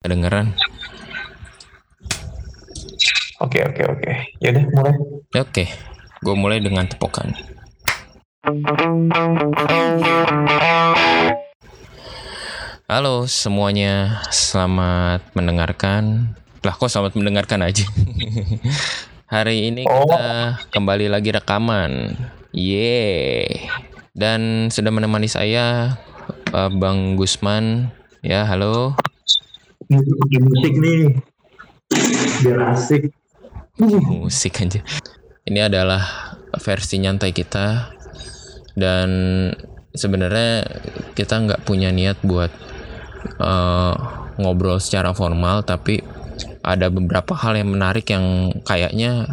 kedengeran. Oke. Yaudah mulai. Oke, gue mulai dengan tepokan. Halo semuanya, selamat mendengarkan. Lah kok selamat mendengarkan aja. Hari ini kita kembali lagi rekaman. Dan sudah menemani saya Bang Gusman. Ya, halo. Musik nih, biar asik. Musik aja. Ini adalah versi nyantai kita. Dan sebenarnya kita nggak punya niat buat ngobrol secara formal, tapi ada beberapa hal yang menarik yang kayaknya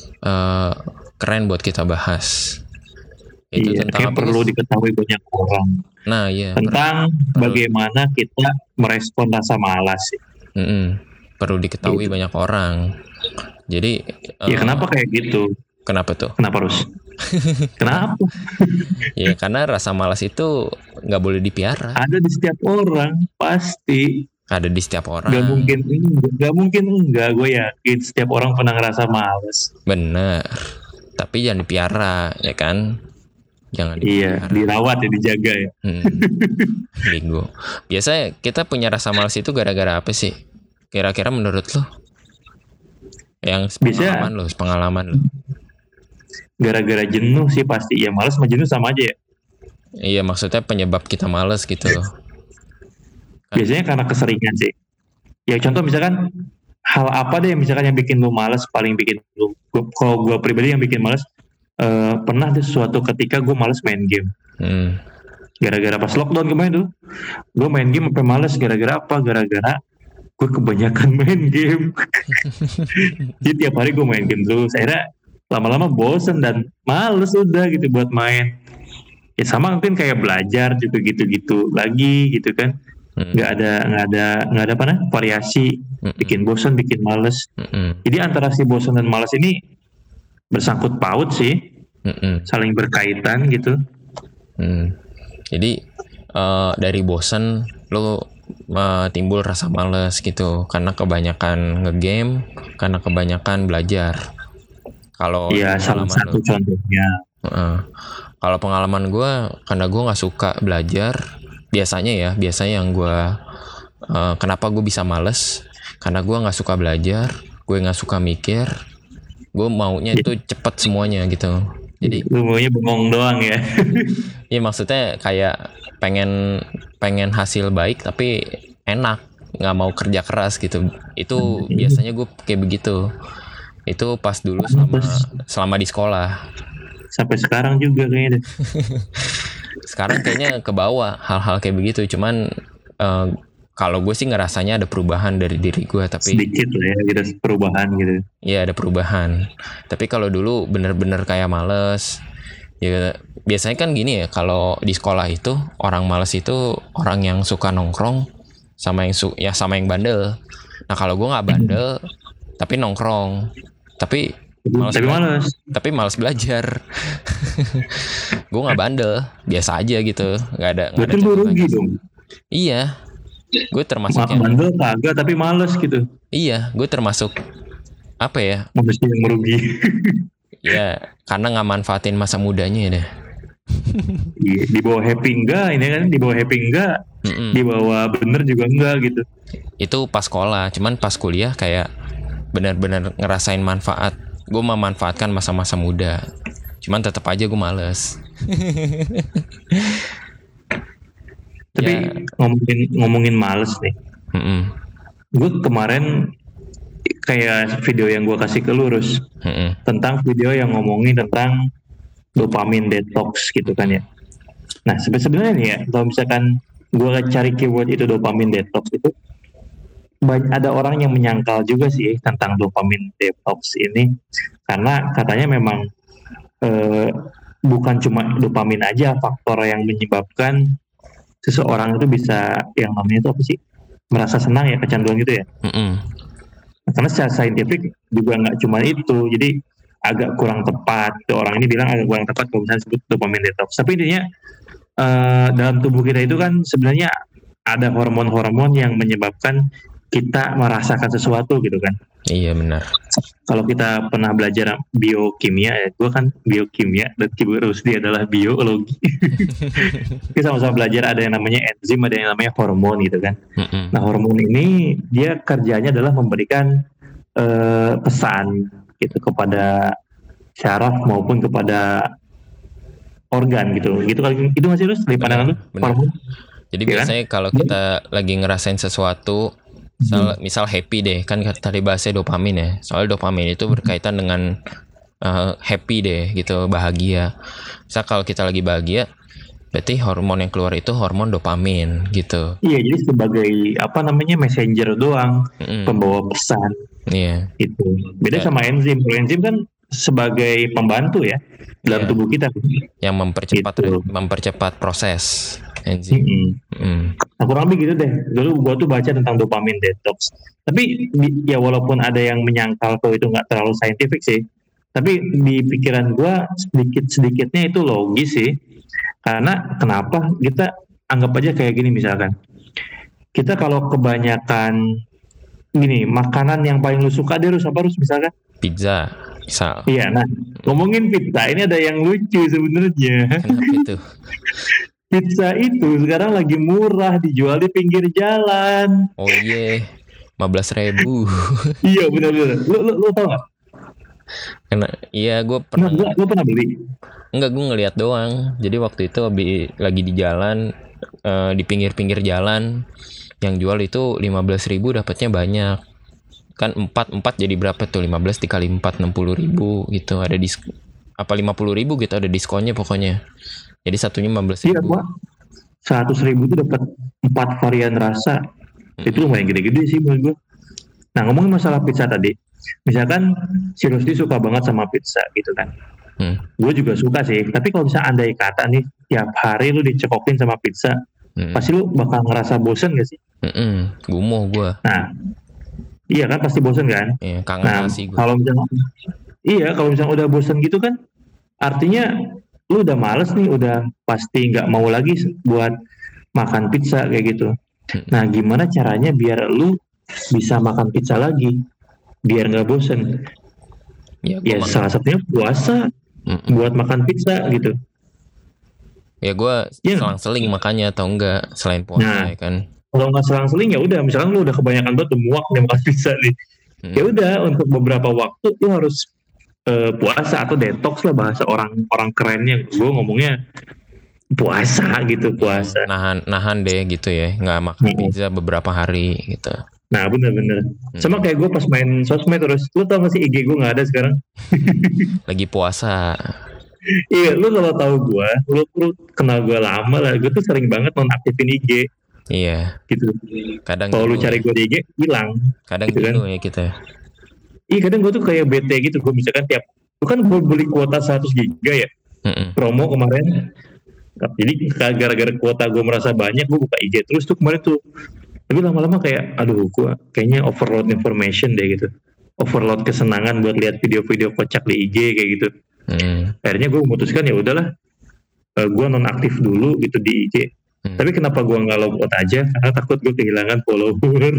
keren buat kita bahas. Itu tentang apa? Perlu diketahui banyak orang. Nah, iya. Tentang bagaimana kita merespon rasa malas. Perlu diketahui banyak orang. Jadi. Kenapa kayak gitu? Kenapa tuh? Kenapa harus? Kenapa? Ya karena rasa malas itu nggak boleh dipiara. Ada di setiap orang, pasti. Ada di setiap orang. Gak mungkin enggak. Gue yakin setiap orang pernah ngerasa malas. Bener. Tapi jangan dipiara, ya kan? Jangan dipiara. Iya, dirawat ya, dijaga ya. Bingung. Biasanya kita punya rasa malas itu gara-gara apa sih? Kira-kira menurut lo? Yang pengalaman lo. Gara-gara jenuh sih pasti. Ya malas sama jenuh sama aja ya. Iya, maksudnya penyebab kita malas gitu loh. Biasanya karena keseringan sih. Ya contoh misalkan hal apa deh misalkan yang bikin lu malas, paling bikin lu. Kalau gue pribadi yang bikin malas, pernah ada suatu ketika gue malas main game. Gara-gara pas lockdown kemarin tuh, gue main game sampai malas. Gara-gara apa? Gara-gara gue kebanyakan main game. Jadi tiap hari gue main game terus. Akhirnya lama-lama bosen dan males udah gitu buat main. Ya sama mungkin kayak belajar juga gitu-gitu lagi gitu kan. Nggak ada apa variasi, bikin bosan, bikin males. Jadi antara si bosan dan malas ini bersangkut paut sih, saling berkaitan gitu. Jadi dari bosan lo timbul rasa males gitu karena kebanyakan ngegame, karena kebanyakan belajar. Kalau salah satu contohnya. Kalau pengalaman gue, karena gue nggak suka belajar. Biasanya yang gue kenapa gue bisa males, karena gue nggak suka belajar, gue nggak suka mikir, gue maunya itu cepet semuanya gitu. Jadi lu maunya bengong doang ya. Iya, maksudnya kayak pengen hasil baik tapi enak, nggak mau kerja keras gitu. Itu biasanya gue kayak begitu. Itu pas dulu selama di sekolah. Sampai sekarang juga kayaknya. Sekarang kayaknya ke bawah hal-hal kayak begitu. Cuman kalau gue sih ngerasanya ada perubahan dari diri gue, tapi sedikit lah ya, gitu, perubahan gitu. Iya, ada perubahan. Tapi kalau dulu bener-bener kayak males. Ya biasanya kan gini ya, kalau di sekolah itu orang males itu orang yang suka nongkrong sama yang bandel. Nah kalau gue nggak bandel tapi nongkrong, tapi malas belajar. Gue nggak bandel, biasa aja gitu, nggak ada. Betul, lu rugi dong. Iya, gue termasuk yang bandel kagak tapi malas gitu. Iya, gue termasuk apa ya? Manusia yang merugi. Ya, karena nggak manfaatin masa mudanya deh. Iya, dibawa happy enggak? Ini kan dibawa happy enggak? Dibawa bener juga enggak gitu. Itu pas sekolah, cuman pas kuliah kayak benar-benar ngerasain manfaat. Gue memanfaatkan masa-masa muda. Cuman tetap aja gue males. Tapi ngomongin males nih. Gue kemarin kayak video yang gue kasih ke Lurus tentang video yang ngomongin tentang dopamin detox gitu kan ya. Nah sebenarnya nih ya, kalau misalkan gue cari keyword itu dopamin detox itu, ada orang yang menyangkal juga sih tentang dopamin detox ini, karena katanya memang bukan cuma dopamin aja faktor yang menyebabkan seseorang itu bisa yang namanya itu apa sih, merasa senang ya, kecanduan gitu ya. Karena secara saintifik juga nggak cuma itu, jadi agak kurang tepat. Orang ini bilang agak kurang tepat kalau misalnya sebut dopamin detox. Tapi intinya dalam tubuh kita itu kan sebenarnya ada hormon-hormon yang menyebabkan kita merasakan sesuatu gitu kan. Iya benar. Kalau kita pernah belajar biokimia ya, gue kan biokimia dan Kibu Rusdi adalah biologi. Kita sama-sama belajar ada yang namanya enzim, ada yang namanya hormon gitu kan. Nah hormon ini dia kerjanya adalah memberikan pesan gitu kepada syaraf maupun kepada organ gitu. Gitu kali itu masih terus dari pandangan lu hormon. Jadi Ya biasanya kan? kalau kita lagi ngerasain sesuatu, misal happy deh, kan tadi bahasnya dopamin ya. Soal dopamin itu berkaitan dengan happy deh gitu, bahagia. Misal kalau kita lagi bahagia, berarti hormon yang keluar itu hormon dopamin gitu. Iya, jadi sebagai apa namanya messenger doang, pembawa pesan. Iya. Itu. Beda sama enzim. Kalau enzim kan sebagai pembantu ya dalam tubuh kita. Yang mempercepat proses enzim. Nah, kurang lebih gitu deh. Dulu gua tuh baca tentang dopamin detox. Tapi ya walaupun ada yang menyangkal kalau itu nggak terlalu saintifik sih. Tapi di pikiran gua sedikit-sedikitnya itu logis sih. Karena kenapa kita anggap aja kayak gini misalkan. Kita kalau kebanyakan gini, makanan yang paling lu suka deh harus misalkan pizza misal. Iya, nah ngomongin pizza ini ada yang lucu sebenarnya. Kenapa itu? Pizza itu sekarang lagi murah dijual di pinggir jalan. Oh iya, 15.000. Iya benar-benar. Lu tau nggak? Karena iya gue pernah. Gue pernah beli. Enggak, gue ngeliat doang. Jadi waktu itu lagi di jalan, di pinggir-pinggir jalan, yang jual itu 15.000 dapatnya banyak. Kan 4 jadi berapa tuh? 15 dikali 4 60.000 gitu. Ada apa 50.000 gitu, ada diskonnya pokoknya. Jadi satunya 15.000. Iya Pak, 100.000 itu dapat 4 varian rasa. Itu lumayan gede-gede sih menurut gue. Nah ngomongin masalah pizza tadi, misalkan si Rusdi suka banget sama pizza gitu kan. Gue juga suka sih. Tapi kalau bisa andai kata nih, tiap hari lu dicekokin sama pizza, pasti lu bakal ngerasa bosen gak sih? Gumoh gue. Nah, iya kan pasti bosen kan? Iya, kangen nasi gue. Kalau misalnya udah bosen gitu kan, artinya lu udah males nih, udah pasti nggak mau lagi buat makan pizza kayak gitu. Nah, gimana caranya biar lu bisa makan pizza lagi, biar nggak bosen? Ya salah satunya puasa, buat makan pizza gitu. Ya gue selang-seling makanya atau enggak selain puasa ya kan. Kalau nggak selang-seling ya udah, misalkan lu udah kebanyakan banget muak nih makan pizza nih, ya udah untuk beberapa waktu lu harus puasa atau detox lah bahasa orang kerennya. Gue ngomongnya puasa gitu, puasa. Nahan deh gitu ya, nggak makan pizza beberapa hari gitu. Nah bener-bener. Sama kayak gue pas main sosmed terus, lu tau gak sih IG gue nggak ada sekarang? Lagi puasa. Iya, lu kalau tahu gue, lu kenal gue lama lah, gue tuh sering banget nonaktifin IG. Iya. Gitu. Kadang kalau lu cari gue di IG hilang. Kadang gitu kan ya kita. Iya kadang gue tuh kayak bete gitu. Gue misalkan gue kan gue beli kuota 100 giga ya, promo kemarin. Jadi gara-gara kuota gue merasa banyak, gue buka IG terus tuh kemarin tuh. Tapi lama-lama kayak, aduh gue kayaknya overload information deh gitu. Overload kesenangan buat lihat video-video kocak di IG kayak gitu. Akhirnya gue memutuskan ya udahlah, gue nonaktif dulu gitu di IG. Tapi kenapa gue nggak logout aja? Karena takut gue kehilangan follower.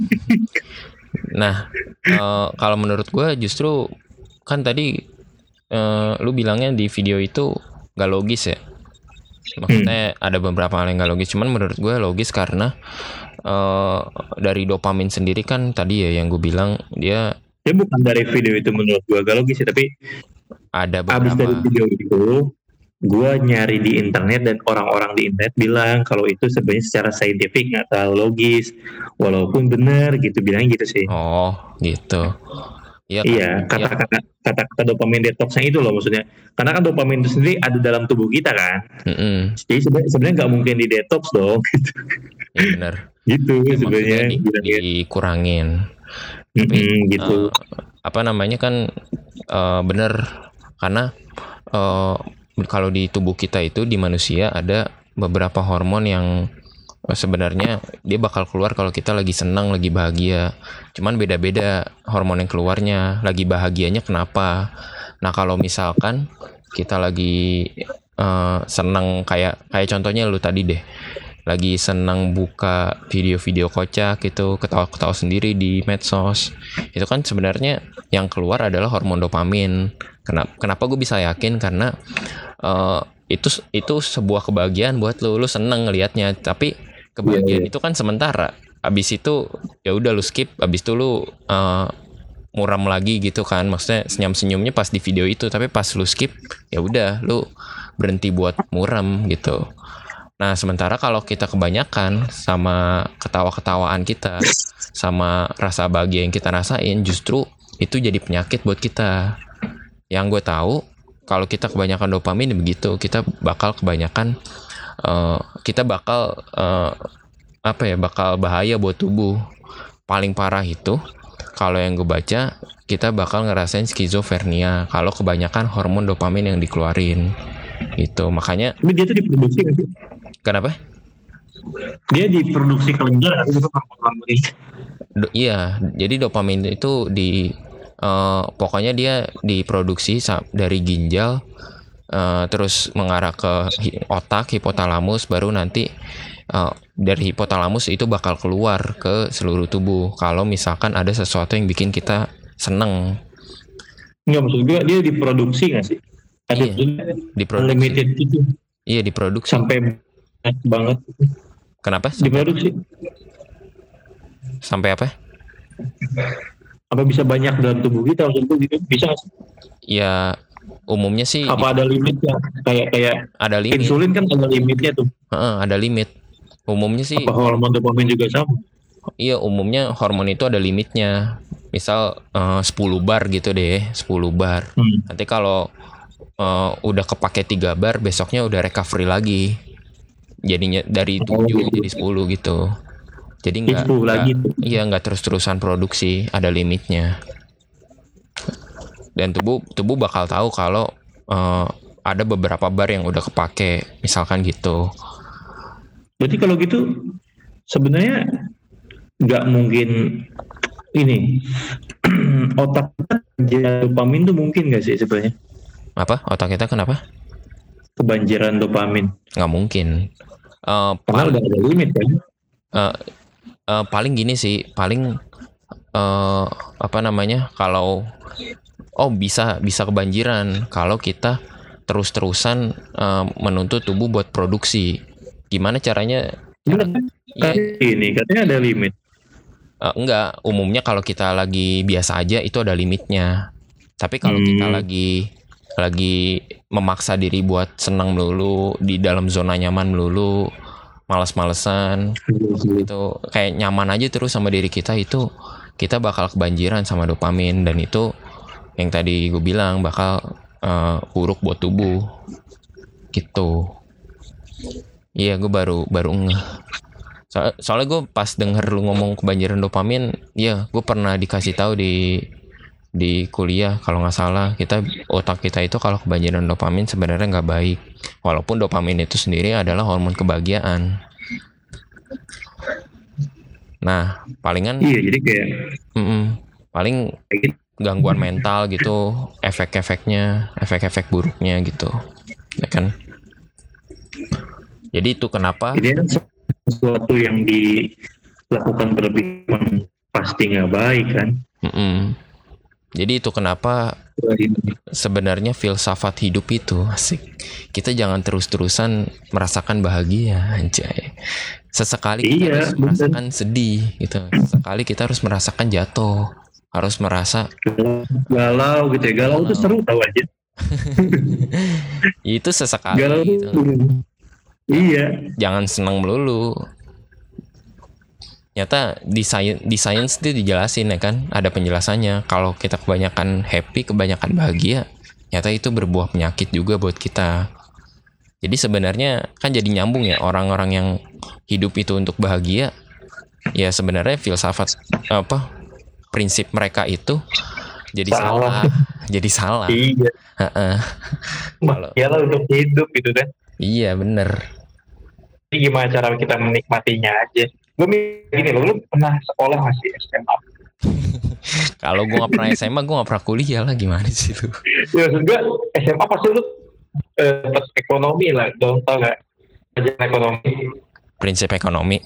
Nah, kalau menurut gue justru kan tadi lu bilangnya di video itu nggak logis ya. Maksudnya ada beberapa hal yang nggak logis. Cuman menurut gue logis karena dari dopamin sendiri kan tadi ya yang gue bilang dia bukan dari video itu menurut gue gak logis ya, tapi ada beberapa. Abis dari video itu gue nyari di internet dan orang-orang di internet bilang kalau itu sebenarnya secara saintifik nggak terlalu logis, walaupun benar gitu, bilangnya gitu sih. Oh gitu. Iya, kata-kata dopamin detoxnya itu loh maksudnya. Karena kan dopamin itu sendiri ada dalam tubuh kita kan. Jadi sebenarnya nggak mungkin di detox dong. Gitu. Ya benar. Gitu sebenarnya. Dikurangin. Tapi gitu. Apa namanya kan benar karena kalau di tubuh kita itu di manusia ada beberapa hormon yang sebenarnya dia bakal keluar kalau kita lagi senang, lagi bahagia. Cuman beda-beda hormon yang keluarnya. Lagi bahagianya kenapa? Nah kalau misalkan kita lagi senang kayak contohnya lu tadi deh, lagi senang buka video-video kocak gitu, ketawa-ketawa sendiri di medsos, itu kan sebenarnya yang keluar adalah hormon dopamin. Kenapa gue bisa yakin? Karena itu sebuah kebahagiaan buat lu seneng ngelihatnya, tapi kebahagiaan itu kan sementara. Abis itu ya udah lu skip, abis itu lu muram lagi gitu kan, maksudnya senyum-senyumnya pas di video itu, tapi pas lu skip ya udah lu berhenti buat muram gitu. Nah sementara kalau kita kebanyakan sama ketawa-ketawaan kita, sama rasa bahagia yang kita rasain, justru itu jadi penyakit buat kita. Yang gue tahu kalau kita kebanyakan dopamin begitu, kita bakal kebanyakan kita bakal bakal bahaya buat tubuh. Paling parah itu kalau yang gue baca, kita bakal ngerasain skizofrenia kalau kebanyakan hormon dopamin yang dikeluarin. Itu makanya. Tapi dia tuh diproduksi kan? Kenapa? Dia diproduksi kelenjar atau juga hormon itu? Iya, jadi dopamin itu pokoknya dia diproduksi dari ginjal, terus mengarah ke otak, hipotalamus, baru nanti dari hipotalamus itu bakal keluar ke seluruh tubuh kalau misalkan ada sesuatu yang bikin kita seneng. Enggak, maksud gue dia diproduksi nggak sih? Iya, diproduksi. Unlimited gitu. Iya, diproduksi. Sampai banget. Kenapa? Diproduksi. Sampai apa? Apa bisa banyak dalam tubuh kita? Maksud gue gitu, bisa nggak sih? Ya, umumnya sih. Apa ada limitnya? Kayak ada limit. Insulin kan ada limitnya tuh. Ada limit. Umumnya sih. Apa hormon dopamin juga sama? Iya, umumnya hormon itu ada limitnya. Misal 10 bar gitu deh, 10 bar. Nanti kalau udah kepake 3 bar, besoknya udah recovery lagi. Jadinya dari 7 jadi 10 gitu. Jadi nggak terus-terusan produksi, ada limitnya. Dan tubuh bakal tahu kalau ada beberapa bar yang udah kepake, misalkan gitu. Berarti kalau gitu sebenarnya nggak mungkin ini otak kebanjiran dopamin tuh mungkin nggak sih sebenarnya? Apa? Otak kita kenapa? Kebanjiran dopamin? Nggak mungkin. Karena udah ada limit kan? Paling gini sih, paling kalau bisa kebanjiran kalau kita terus-terusan menuntut tubuh buat produksi. Gimana caranya? Ini katanya ada limit. Enggak, umumnya kalau kita lagi biasa aja itu ada limitnya. Tapi kalau kita lagi memaksa diri buat senang melulu, di dalam zona nyaman melulu, malas-malesan, itu kayak nyaman aja terus sama diri kita, itu kita bakal kebanjiran sama dopamin, dan itu yang tadi gue bilang bakal buruk buat tubuh gitu. Iya, gue baru ngeh. Soalnya gue pas denger lu ngomong kebanjiran dopamin, ya gue pernah dikasih tahu di kuliah kalau nggak salah, otak kita itu kalau kebanjiran dopamin sebenarnya nggak baik, walaupun dopamin itu sendiri adalah hormon kebahagiaan. Nah palingan jadi kayak paling gangguan mental gitu, efek buruknya gitu, ya kan. Jadi itu kenapa ini sesuatu yang dilakukan berlebihan pasti nggak baik kan. Jadi itu kenapa sebenarnya filsafat hidup itu asik. Kita jangan terus-terusan merasakan bahagia, anjay. Sesekali kita harus merasakan sedih gitu. Sesekali kita harus merasakan jatuh, harus merasa galau gitu ya. Galau itu seru tau aja. Itu sesekali galau gitu. Iya. Jangan senang melulu. Ternyata di sains itu dijelasin ya kan, ada penjelasannya. Kalau kita kebanyakan happy, kebanyakan bahagia, ternyata itu berbuah penyakit juga buat kita. Jadi sebenarnya kan jadi nyambung ya, orang-orang yang hidup itu untuk bahagia, ya sebenarnya filsafat prinsip mereka itu jadi salah. Iya. Iyalah untuk hidup gitu kan. Iya bener. Jadi gimana cara kita menikmatinya aja. Gue gini loh, lu pernah sekolah masih SMA? Kalau gue gak pernah SMA, gue gak pernah kuliah lah, gimana sih lu? Ya maksud gue SMA pasti lu ekonomi lah, dong, tau gak? Pelajaran ekonomi. prinsip ekonomi.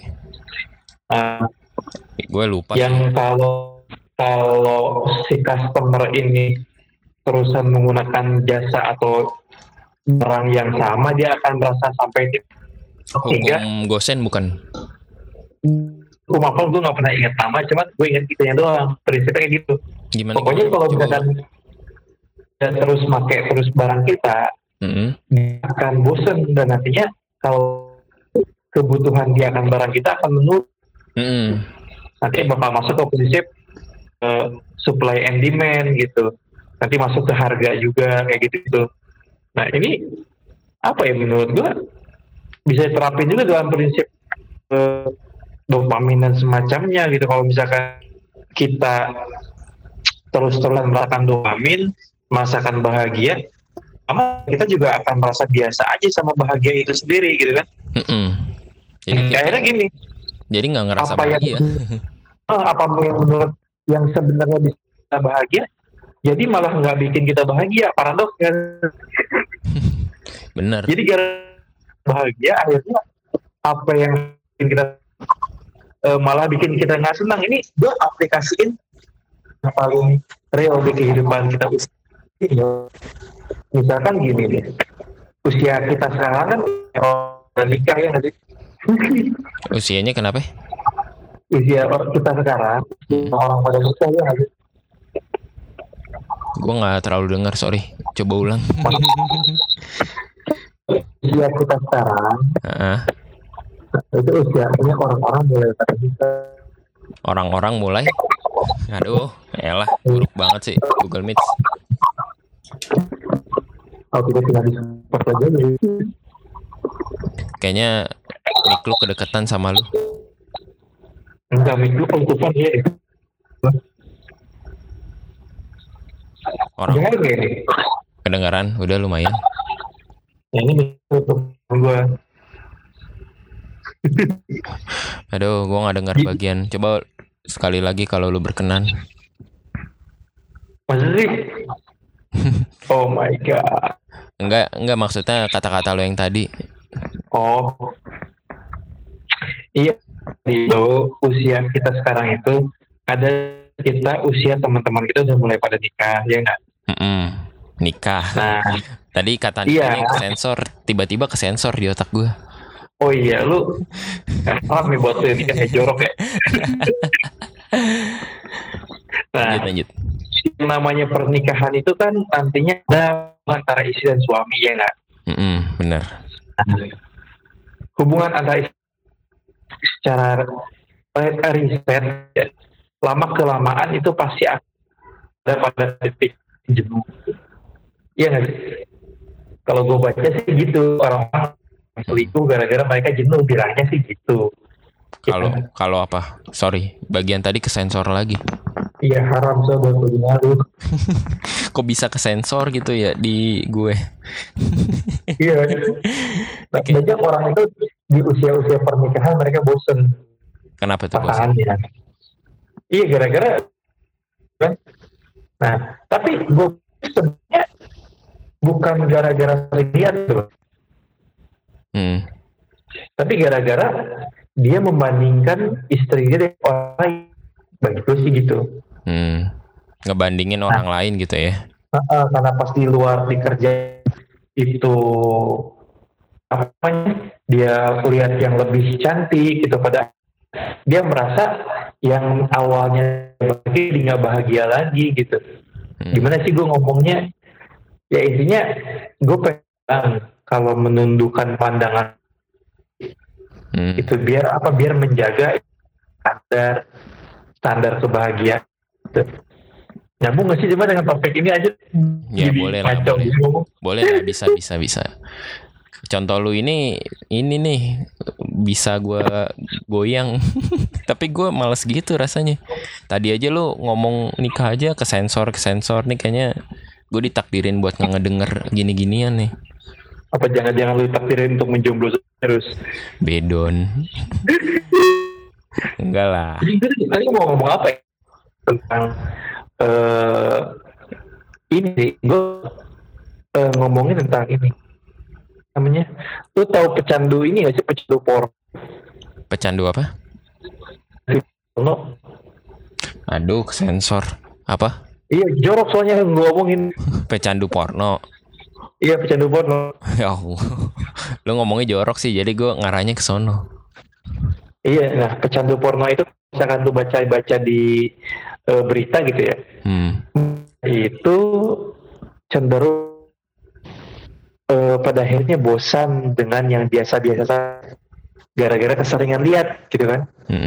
Gue lupa. Yang kalau si customer ini terusan menggunakan jasa atau barang yang sama, dia akan merasa sampai hukum Gosen bukan? Hukum apa gue nggak pernah ingat nama, cuman gue ingat kitanya doang, prinsipnya kayak gitu. Gimana? Pokoknya kalau misalkan dia terus pakai terus barang kita, dia akan bosen, dan nantinya kalau kebutuhan dia akan barang kita akan menurun. Nanti bakal masuk ke prinsip supply and demand gitu. Nanti masuk ke harga juga kayak gitu. Nah ini apa ya, menurut gue bisa terapin juga dalam prinsip dopamin dan semacamnya gitu. Kalau misalkan kita terus-terusan merasakan dopamin, merasakan bahagia, sama kita juga akan merasa biasa aja sama bahagia itu sendiri gitu kan. Jadi akhirnya gini, jadi nggak ngerasa bahagia. Apa yang menurut yang sebenarnya bisa bahagia, jadi malah nggak bikin kita bahagia. Paradoks kan. Bener. Jadi gara bahagia, akhirnya apa yang bikin kita malah bikin kita nggak senang. Ini gue aplikasiin yang paling real di kehidupan kita. Misalkan gini nih, usia kita sekarang kan udah nikah ya nanti. Usianya kenapa? Usia kita sekarang orang pada nikah ya nanti. Gue nggak terlalu dengar, sorry. Coba ulang. Usia kita sekarang itu usianya orang-orang mulai pada nikah. Orang-orang mulai? Aduh, elah, buruk banget sih Google Meet. Kalau kita tinggal di support aja nih. Kayaknya mic lu kedekatan sama lu. Enggak, mic lu penutupan ya. Orang dengar gak ini? Kedengaran, udah lumayan. Ya ini penutupan gue. Aduh, gue nggak dengar bagian. Coba sekali lagi kalau lu berkenan. Masa sih? Oh my god. Enggak maksudnya kata-kata lu yang tadi. Oh. Iya, itu usia kita sekarang itu ada kita usia teman-teman kita udah mulai pada nikah, ya nggak? Nikah. Nah, tadi kata nikahnya kesensor, tiba-tiba kesensor di otak gue. Oh iya, lu paham nih buat lu nikahnya jorok ya. Nah, lanjut. Namanya pernikahan itu kan nantinya ada antara istri dan suami, ya nggak? Benar. Hubungan antara istri secara riset ya, lama kelamaan itu pasti ada pada titik jenuh. Iya nggak sih? Kalau gue baca sih gitu, orang-orang selingkuh gara-gara mereka jenuh, bilangnya sih gitu. Kalau apa? Sorry, bagian tadi kesensor lagi. Iya, haram sobat telinga lu. Kok bisa kesensor gitu ya di gue? Iya. Banyak orang itu di usia-usia pernikahan mereka bosen. Kenapa tuh bosen? Iya, gara-gara kan. Nah, tapi gue sebenarnya bukan gara-gara sering lihat tuh. Tapi gara-gara dia membandingkan istrinya dengan orang lain. Begitu sih gitu. Ngebandingin orang lain gitu ya. Karena pas di luar dikerja itu apa namanya, dia lihat yang lebih cantik gitu, pada dia merasa yang awalnya bahagia dia nggak bahagia lagi gitu. Gimana sih gue ngomongnya? Ya intinya gue pengen kalau menundukkan pandangan itu biar menjaga standar kebahagiaan. Nyambung nggak sih cuma dengan topik ini aja? Ya boleh lah, boleh lah, bisa. Contoh lu ini nih bisa gue goyang, tapi gue males gitu rasanya. Tadi aja lu ngomong nikah aja kesensor nih, kayaknya gue ditakdirin buat ngedenger gini-ginian nih. Apa jangan-jangan lu takdirin untuk menjomblo terus? Bedon. Enggak lah. Tadi mau ngomong apa ya? Tentang ini gue ngomongin tentang ini namanya, lu tahu pecandu ini nggak sih, pecandu porno? Pecandu apa? Porno. Aduh, sensor. Apa? Iya, jorok soalnya yang gue omongin. Pecandu porno. Iya, pecandu porno. Ya Allah. Lu ngomongnya jorok sih, jadi gue ngarahnya ke sono. Iya, nah pecandu porno itu misalkan tuh baca-baca di berita gitu ya, itu cenderung pada akhirnya bosan dengan yang biasa-biasa saja, gara-gara keseringan lihat gitu kan.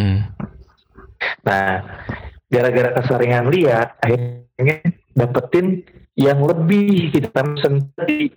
Nah, gara-gara keseringan lihat akhirnya dapetin yang lebih gitu kan sendiri.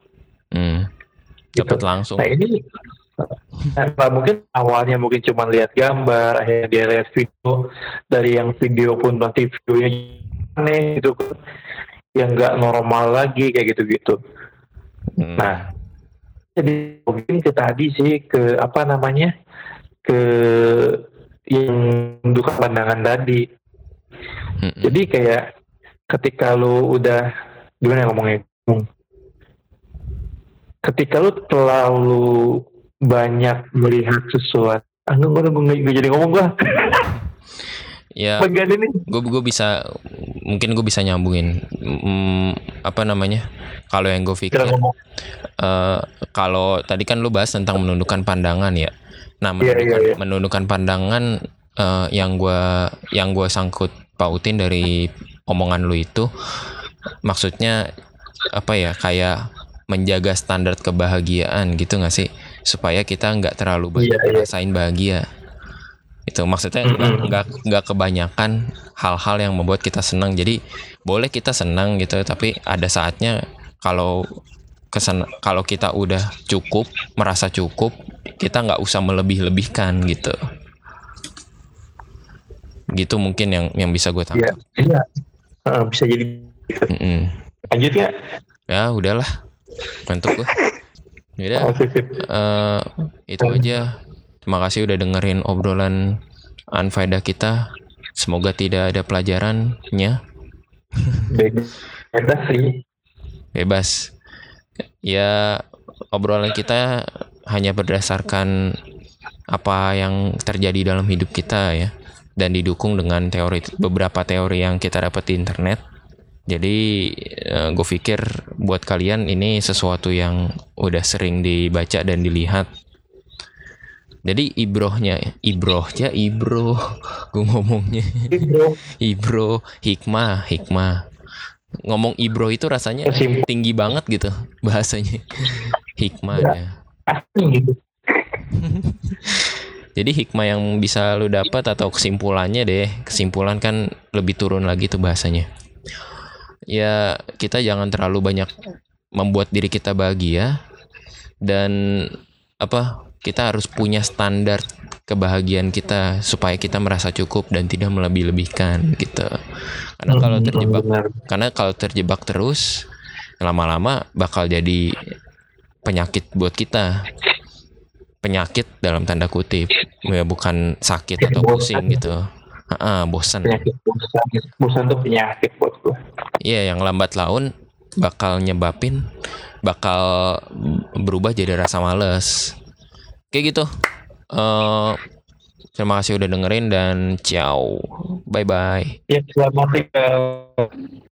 Dapat langsung. Nah ini mungkin awalnya mungkin cuma lihat gambar, akhirnya dia lihat video, dari yang video pun nanti videonya aneh gitu, yang nggak normal lagi kayak gitu-gitu. Nah, jadi mungkin ke tadi sih ke apa namanya, ke yang menundukkan pandangan tadi. Jadi kayak ketika lu udah gimana ngomongnya, ketika lu terlalu banyak melihat sesuatu, gue jadi ngomong gue. Ya, gue bisa, mungkin gue bisa nyambungin apa namanya, kalau yang gue pikir, kalau tadi kan lu bahas tentang menundukkan pandangan ya. Nah, menundukkan pandangan yang gue sangkut pautin dari omongan lu itu, maksudnya apa ya, kayak menjaga standar kebahagiaan gitu nggak sih, supaya kita nggak terlalu banyak ngerasain bahagia. Itu maksudnya nggak kebanyakan hal-hal yang membuat kita senang. Jadi boleh kita senang gitu, tapi ada saatnya kalau kita udah cukup, merasa cukup, kita nggak usah melebih-lebihkan gitu. Gitu mungkin yang bisa gue tangkap. Iya, bisa jadi. Lanjut ya? Ya udahlah, ngantuk gue. Yaudah, itu aja. Terima kasih udah dengerin obrolan unfaedah kita. Semoga tidak ada pelajarannya. Bebas sih. Bebas. Ya, obrolan kita hanya berdasarkan apa yang terjadi dalam hidup kita ya, dan didukung dengan beberapa teori yang kita dapat di internet. Jadi gue pikir buat kalian ini sesuatu yang udah sering dibaca dan dilihat. Jadi ibroh, gue ngomongnya ibroh, hikmah. Ngomong ibroh itu rasanya tinggi banget gitu bahasanya, hikmahnya. Gitu. Jadi hikmah yang bisa lu dapat atau kesimpulannya deh, kesimpulan kan lebih turun lagi tuh bahasanya. Ya, kita jangan terlalu banyak membuat diri kita bahagia, dan kita harus punya standar kebahagiaan kita supaya kita merasa cukup dan tidak melebih-lebihkan gitu. Karena kalau terjebak terus, lama-lama bakal jadi penyakit buat kita. Penyakit dalam tanda kutip, ya bukan sakit atau pusing gitu. Bosan. Bosan tuh penyakit buat gue. Iya, yang lambat laun bakal berubah jadi rasa malas. Kayak gitu. Terima kasih udah dengerin dan ciao. Bye-bye. Ya, selamat tinggal.